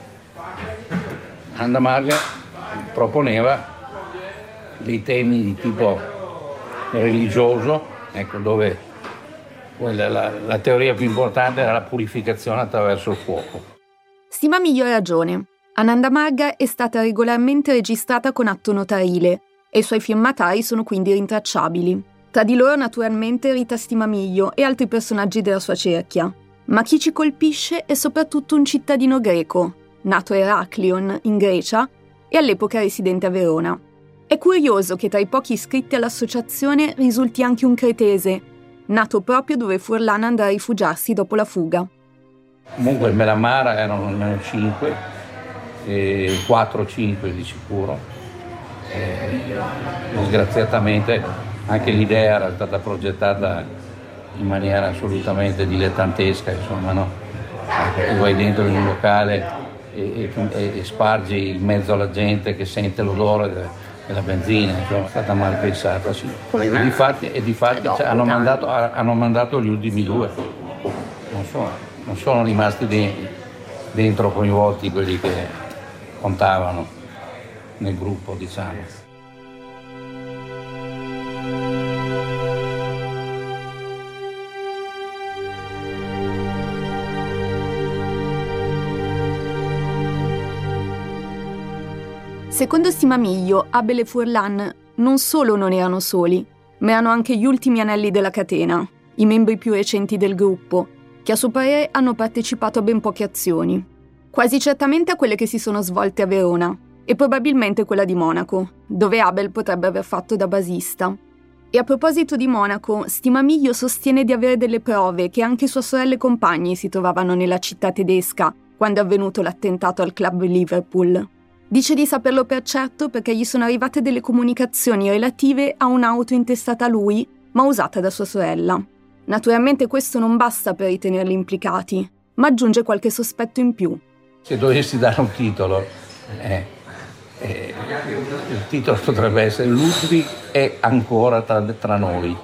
Nanda Marga proponeva dei temi di tipo religioso, ecco, dove la, la, la teoria più importante era la purificazione attraverso il fuoco. Stimamiglio ha ragione. Nanda Marga è stata regolarmente registrata con atto notarile e i suoi firmatari sono quindi rintracciabili. Tra di loro naturalmente Rita Stimamiglio e altri personaggi della sua cerchia. Ma chi ci colpisce è soprattutto un cittadino greco, nato a Heraklion, in Grecia, e all'epoca residente a Verona. È curioso che tra i pochi iscritti all'associazione risulti anche un cretese, nato proprio dove Furlan andrà a rifugiarsi dopo la fuga. Comunque il Melamara erano almeno cinque, quattro o cinque di sicuro. E, disgraziatamente anche l'idea era stata progettata in maniera assolutamente dilettantesca, insomma, no? Tu vai dentro in un locale e, e, e spargi in mezzo alla gente che sente l'odore de, della benzina, insomma, è stata mal pensata, sì. E difatti, e difatti cioè, hanno, mandato, hanno mandato gli ultimi due, non sono, non sono rimasti dentro, dentro coinvolti quelli che contavano nel gruppo, diciamo. Secondo Stimamiglio, Abel e Furlan non solo non erano soli, ma erano anche gli ultimi anelli della catena, i membri più recenti del gruppo, che a suo parere hanno partecipato a ben poche azioni. Quasi certamente a quelle che si sono svolte a Verona, e probabilmente quella di Monaco, dove Abel potrebbe aver fatto da basista. E a proposito di Monaco, Stimamiglio sostiene di avere delle prove che anche sue sorelle e compagni si trovavano nella città tedesca quando è avvenuto l'attentato al club Liverpool. Dice di saperlo per certo perché gli sono arrivate delle comunicazioni relative a un'auto intestata a lui, ma usata da sua sorella. Naturalmente questo non basta per ritenerli implicati, ma aggiunge qualche sospetto in più. Se dovessi dare un titolo, eh, eh, il titolo potrebbe essere Ludwig è ancora tra, tra noi.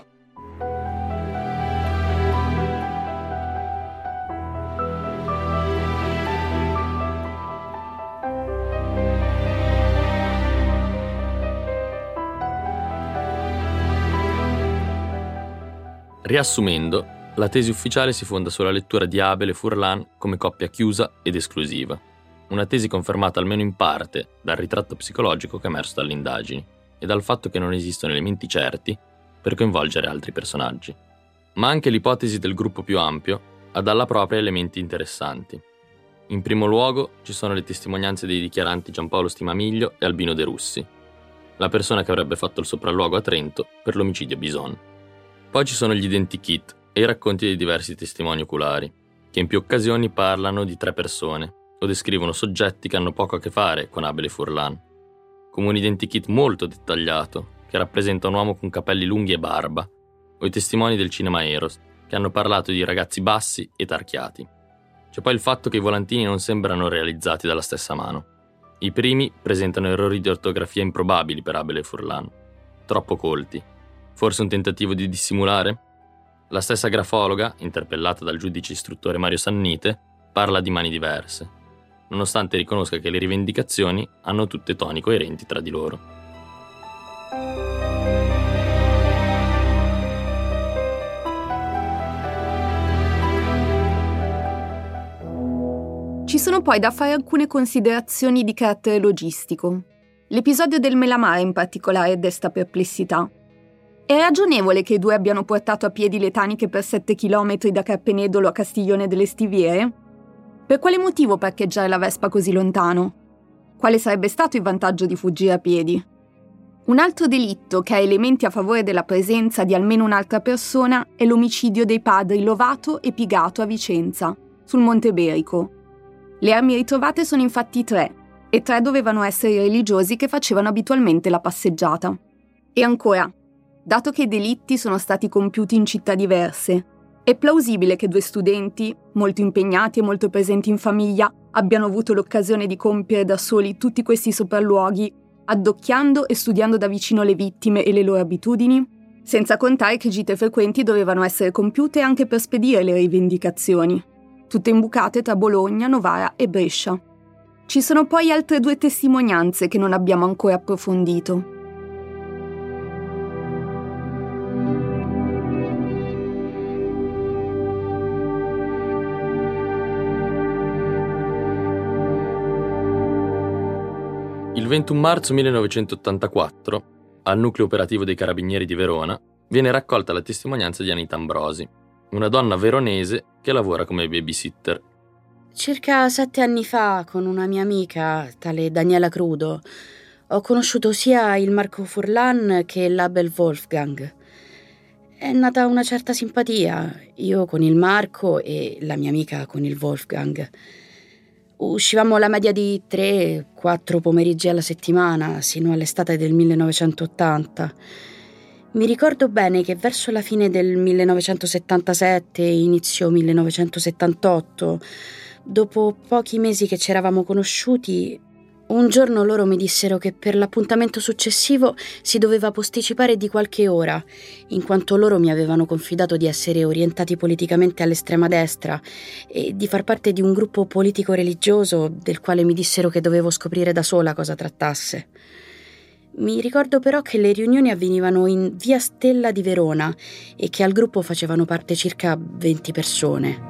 Riassumendo, la tesi ufficiale si fonda sulla lettura di Abel e Furlan come coppia chiusa ed esclusiva. Una tesi confermata almeno in parte dal ritratto psicologico che è emerso dalle indagini e dal fatto che non esistono elementi certi per coinvolgere altri personaggi. Ma anche l'ipotesi del gruppo più ampio ha dalla propria elementi interessanti. In primo luogo ci sono le testimonianze dei dichiaranti Giampaolo Stimamiglio e Albino De Russi, la persona che avrebbe fatto il sopralluogo a Trento per l'omicidio Bison. Poi ci sono gli identikit e i racconti dei diversi testimoni oculari, che in più occasioni parlano di tre persone o descrivono soggetti che hanno poco a che fare con Abele Furlan, come un identikit molto dettagliato che rappresenta un uomo con capelli lunghi e barba, o i testimoni del cinema Eros, che hanno parlato di ragazzi bassi e tarchiati. C'è poi il fatto che i volantini non sembrano realizzati dalla stessa mano. I primi presentano errori di ortografia improbabili per Abele Furlan, troppo colti. Forse un tentativo di dissimulare? La stessa grafologa, interpellata dal giudice istruttore Mario Sannite, parla di mani diverse, nonostante riconosca che le rivendicazioni hanno tutte toni coerenti tra di loro. Ci sono poi da fare alcune considerazioni di carattere logistico. L'episodio del Melamare in particolare desta perplessità. È ragionevole che i due abbiano portato a piedi le taniche per sette chilometri da Carpenedolo a Castiglione delle Stiviere? Per quale motivo parcheggiare la Vespa così lontano? Quale sarebbe stato il vantaggio di fuggire a piedi? Un altro delitto che ha elementi a favore della presenza di almeno un'altra persona è l'omicidio dei padri Lovato e Pigato a Vicenza, sul Monte Berico. Le armi ritrovate sono infatti tre, e tre dovevano essere i religiosi che facevano abitualmente la passeggiata. E ancora, dato che i delitti sono stati compiuti in città diverse, è plausibile che due studenti, molto impegnati e molto presenti in famiglia, abbiano avuto l'occasione di compiere da soli tutti questi sopralluoghi, addocchiando e studiando da vicino le vittime e le loro abitudini, senza contare che gite frequenti dovevano essere compiute anche per spedire le rivendicazioni, tutte imbucate tra Bologna, Novara e Brescia. Ci sono poi altre due testimonianze che non abbiamo ancora approfondito. Il ventuno marzo millenovecentottantaquattro, al nucleo operativo dei Carabinieri di Verona, viene raccolta la testimonianza di Anita Ambrosi, una donna veronese che lavora come babysitter. Circa sette anni fa, con una mia amica, tale Daniela Crudo, ho conosciuto sia il Marco Furlan che l'Abel Wolfgang. È nata una certa simpatia, io con il Marco e la mia amica con il Wolfgang. Uscivamo la media di tre quattro pomeriggi alla settimana, sino all'estate del millenovecentottanta. Mi ricordo bene che verso la fine del millenovecentosettantasette e inizio millenovecentosettantotto, dopo pochi mesi che ci eravamo conosciuti, un giorno loro mi dissero che per l'appuntamento successivo si doveva posticipare di qualche ora, in quanto loro mi avevano confidato di essere orientati politicamente all'estrema destra e di far parte di un gruppo politico-religioso del quale mi dissero che dovevo scoprire da sola cosa trattasse. Mi ricordo però che le riunioni avvenivano in via Stella di Verona e che al gruppo facevano parte circa venti persone.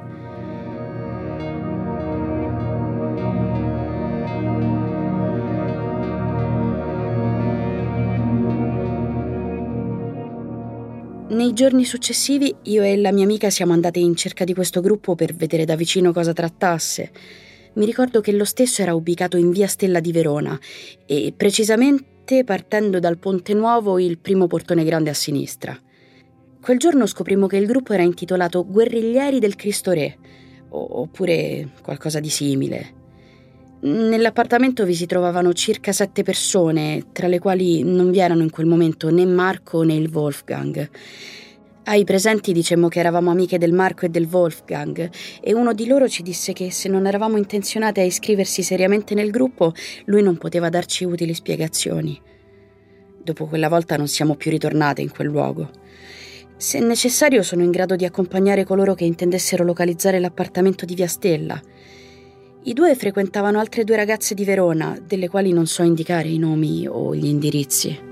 Nei giorni successivi io e la mia amica siamo andate in cerca di questo gruppo per vedere da vicino cosa trattasse. Mi ricordo che lo stesso era ubicato in via Stella di Verona e precisamente partendo dal Ponte Nuovo, il primo portone grande a sinistra. Quel giorno scoprimmo che il gruppo era intitolato Guerriglieri del Cristo Re, oppure qualcosa di simile. Nell'appartamento vi si trovavano circa sette persone, tra le quali non vi erano in quel momento né Marco né il Wolfgang. Ai presenti dicemmo che eravamo amiche del Marco e del Wolfgang e uno di loro ci disse che se non eravamo intenzionate a iscriversi seriamente nel gruppo, lui non poteva darci utili spiegazioni. Dopo quella volta non siamo più ritornate in quel luogo. Se necessario sono in grado di accompagnare coloro che intendessero localizzare l'appartamento di via Stella. I due frequentavano altre due ragazze di Verona, delle quali non so indicare i nomi o gli indirizzi.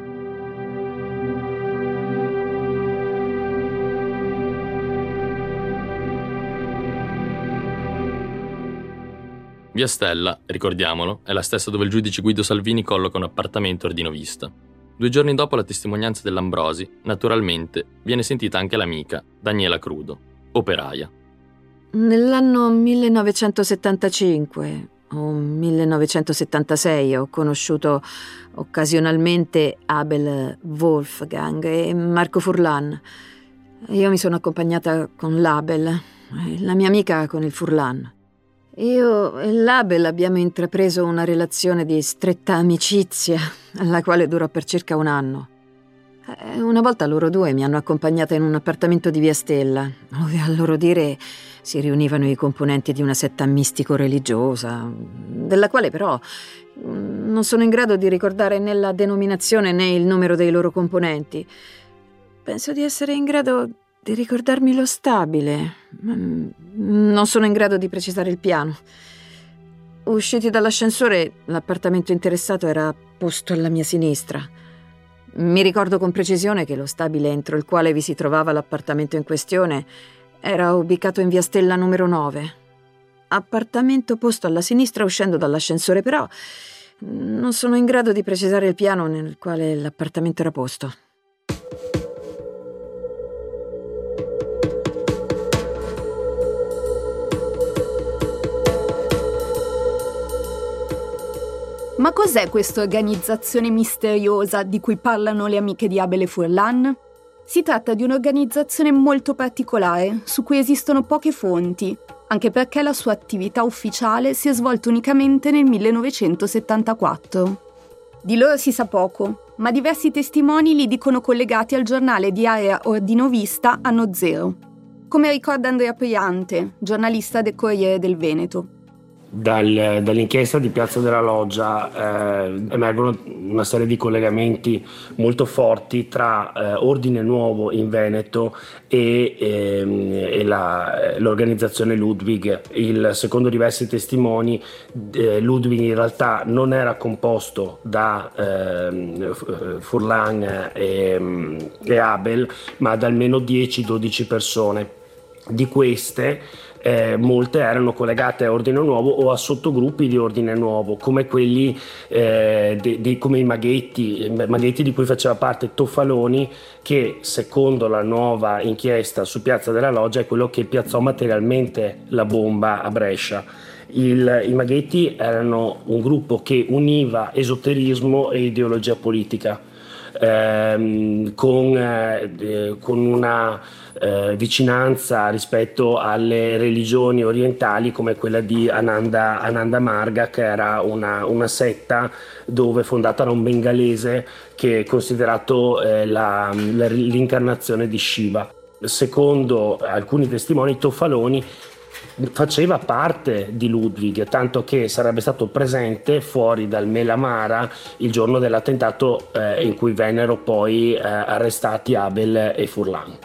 Via Stella, ricordiamolo, è la stessa dove il giudice Guido Salvini colloca un appartamento ordinovista. Due giorni dopo la testimonianza dell'Ambrosi, naturalmente, viene sentita anche l'amica, Daniela Crudo, operaia. Nell'anno millenovecentosettantacinque o millenovecentosettantasei ho conosciuto occasionalmente Abel Wolfgang e Marco Furlan. Io mi sono accompagnata con l'Abel, la mia amica con il Furlan. Io e l'Abel abbiamo intrapreso una relazione di stretta amicizia, la quale durò per circa un anno. Una volta loro due mi hanno accompagnata in un appartamento di Via Stella, dove a loro dire si riunivano i componenti di una setta mistico-religiosa, della quale però non sono in grado di ricordare né la denominazione né il numero dei loro componenti. Penso di essere in grado di ricordarmi lo stabile, ma non sono in grado di precisare il piano. Usciti dall'ascensore, l'appartamento interessato era posto alla mia sinistra. Mi ricordo con precisione che lo stabile entro il quale vi si trovava l'appartamento in questione era ubicato in Via Stella numero nove. Appartamento posto alla sinistra uscendo dall'ascensore, però non sono in grado di precisare il piano nel quale l'appartamento era posto. Ma cos'è questa organizzazione misteriosa di cui parlano le amiche di Abel e Furlan? Si tratta di un'organizzazione molto particolare, su cui esistono poche fonti, anche perché la sua attività ufficiale si è svolta unicamente nel millenovecentosettantaquattro. Di loro si sa poco, ma diversi testimoni li dicono collegati al giornale di area ordinovista Anno Zero, come ricorda Andrea Priante, giornalista del Corriere del Veneto. Dal, dall'inchiesta di Piazza della Loggia eh, emergono una serie di collegamenti molto forti tra eh, Ordine Nuovo in Veneto e, ehm, e la, l'organizzazione Ludwig. Il, secondo diversi testimoni, eh, Ludwig in realtà non era composto da eh, Furlan e, e Abel, ma da almeno dieci dodici persone. Di queste Eh, molte erano collegate a Ordine Nuovo o a sottogruppi di Ordine Nuovo, come quelli eh, de, de, come i Maghetti, Maghetti di cui faceva parte Toffaloni, che secondo la nuova inchiesta su Piazza della Loggia è quello che piazzò materialmente la bomba a Brescia. Il, I Maghetti erano un gruppo che univa esoterismo e ideologia politica, ehm, con, eh, con una Eh, vicinanza rispetto alle religioni orientali, come quella di Ananda, Ananda Marga, che era una, una setta dove fondata da un bengalese che è considerato eh, la, la, l'incarnazione di Shiva. Secondo alcuni testimoni, Toffaloni faceva parte di Ludwig, tanto che sarebbe stato presente fuori dal Melamara il giorno dell'attentato eh, in cui vennero poi eh, arrestati Abel e Furlan.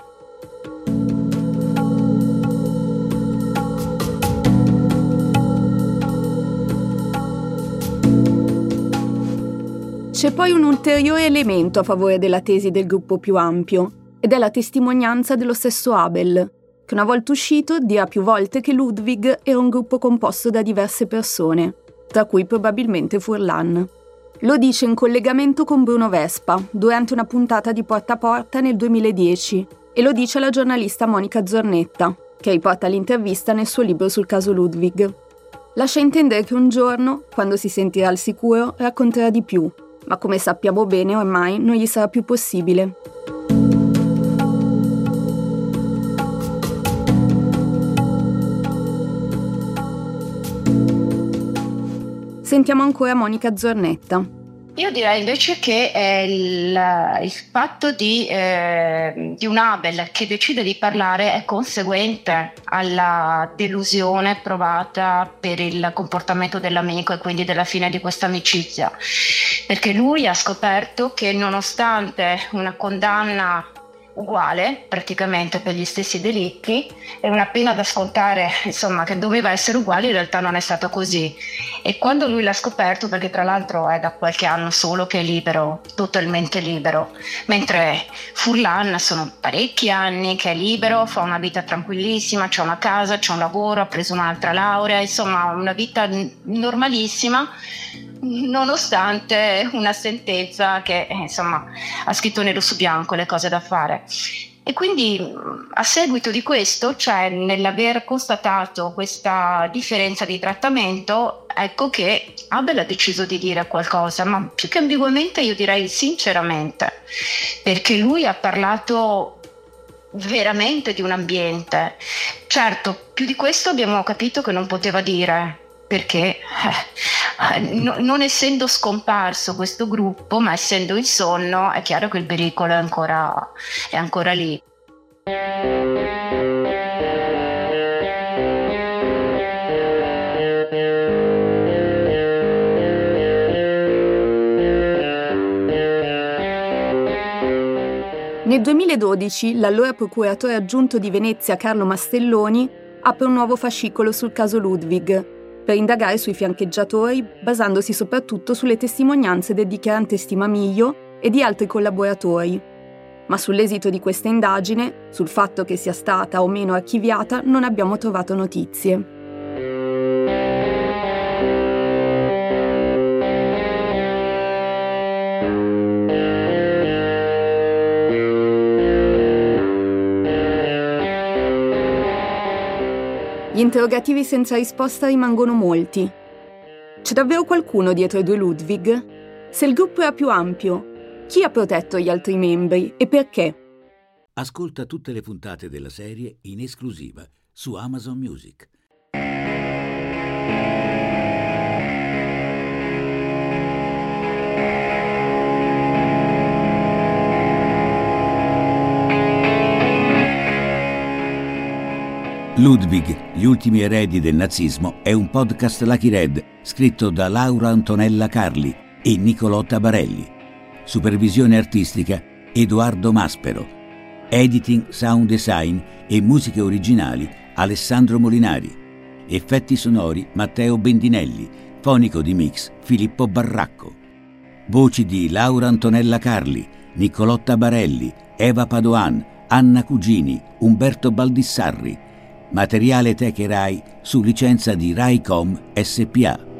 C'è poi un ulteriore elemento a favore della tesi del gruppo più ampio, ed è la testimonianza dello stesso Abel, che una volta uscito dirà più volte che Ludwig era un gruppo composto da diverse persone, tra cui probabilmente Furlan. Lo dice in collegamento con Bruno Vespa, durante una puntata di Porta a Porta nel duemiladieci, e lo dice la giornalista Monica Zornetta, che riporta l'intervista nel suo libro sul caso Ludwig. Lascia intendere che un giorno, quando si sentirà al sicuro, racconterà di più, ma come sappiamo bene ormai non gli sarà più possibile. Sentiamo ancora Monica Zornetta. Io direi invece che è il, il fatto di, eh, di un Abel che decide di parlare è conseguente alla delusione provata per il comportamento dell'amico e quindi della fine di questa amicizia, perché lui ha scoperto che nonostante una condanna uguale praticamente per gli stessi delitti e una pena da scontare, insomma, che doveva essere uguale, in realtà non è stato così. E quando lui l'ha scoperto, perché tra l'altro è da qualche anno solo che è libero, totalmente libero, mentre Furlan sono parecchi anni che è libero, fa una vita tranquillissima, c'ha una casa, c'ha un lavoro, ha preso un'altra laurea, insomma una vita normalissima, nonostante una sentenza che insomma ha scritto nero su bianco le cose da fare. E quindi a seguito di questo, cioè nell'aver constatato questa differenza di trattamento, ecco che Abel ha deciso di dire qualcosa, ma più che ambiguamente io direi sinceramente, perché lui ha parlato veramente di un ambiente. Certo, più di questo abbiamo capito che non poteva dire, perché eh, no, non essendo scomparso questo gruppo, ma essendo in sonno, è chiaro che il pericolo è ancora, è ancora lì. Nel duemiladodici l'allora procuratore aggiunto di Venezia Carlo Mastelloni apre un nuovo fascicolo sul caso Ludwig, per indagare sui fiancheggiatori, basandosi soprattutto sulle testimonianze del dichiarante Stimamiglio e di altri collaboratori. Ma sull'esito di questa indagine, sul fatto che sia stata o meno archiviata, non abbiamo trovato notizie. Gli interrogativi senza risposta rimangono molti. C'è davvero qualcuno dietro ai due Ludwig? Se il gruppo era più ampio, chi ha protetto gli altri membri e perché? Ascolta tutte le puntate della serie in esclusiva su Amazon Music. Ludwig, gli ultimi eredi del nazismo è un podcast Lucky Red scritto da Laura Antonella Carli e Nicolò Barelli. Supervisione artistica Edoardo Maspero. Editing, sound design e musiche originali Alessandro Molinari. Effetti sonori Matteo Bendinelli. Fonico di mix Filippo Barracco. Voci di Laura Antonella Carli, Nicolò Barelli, Eva Padoan, Anna Cugini, Umberto Baldissarri. Materiale Tech e Rai su licenza di Raicom S P A.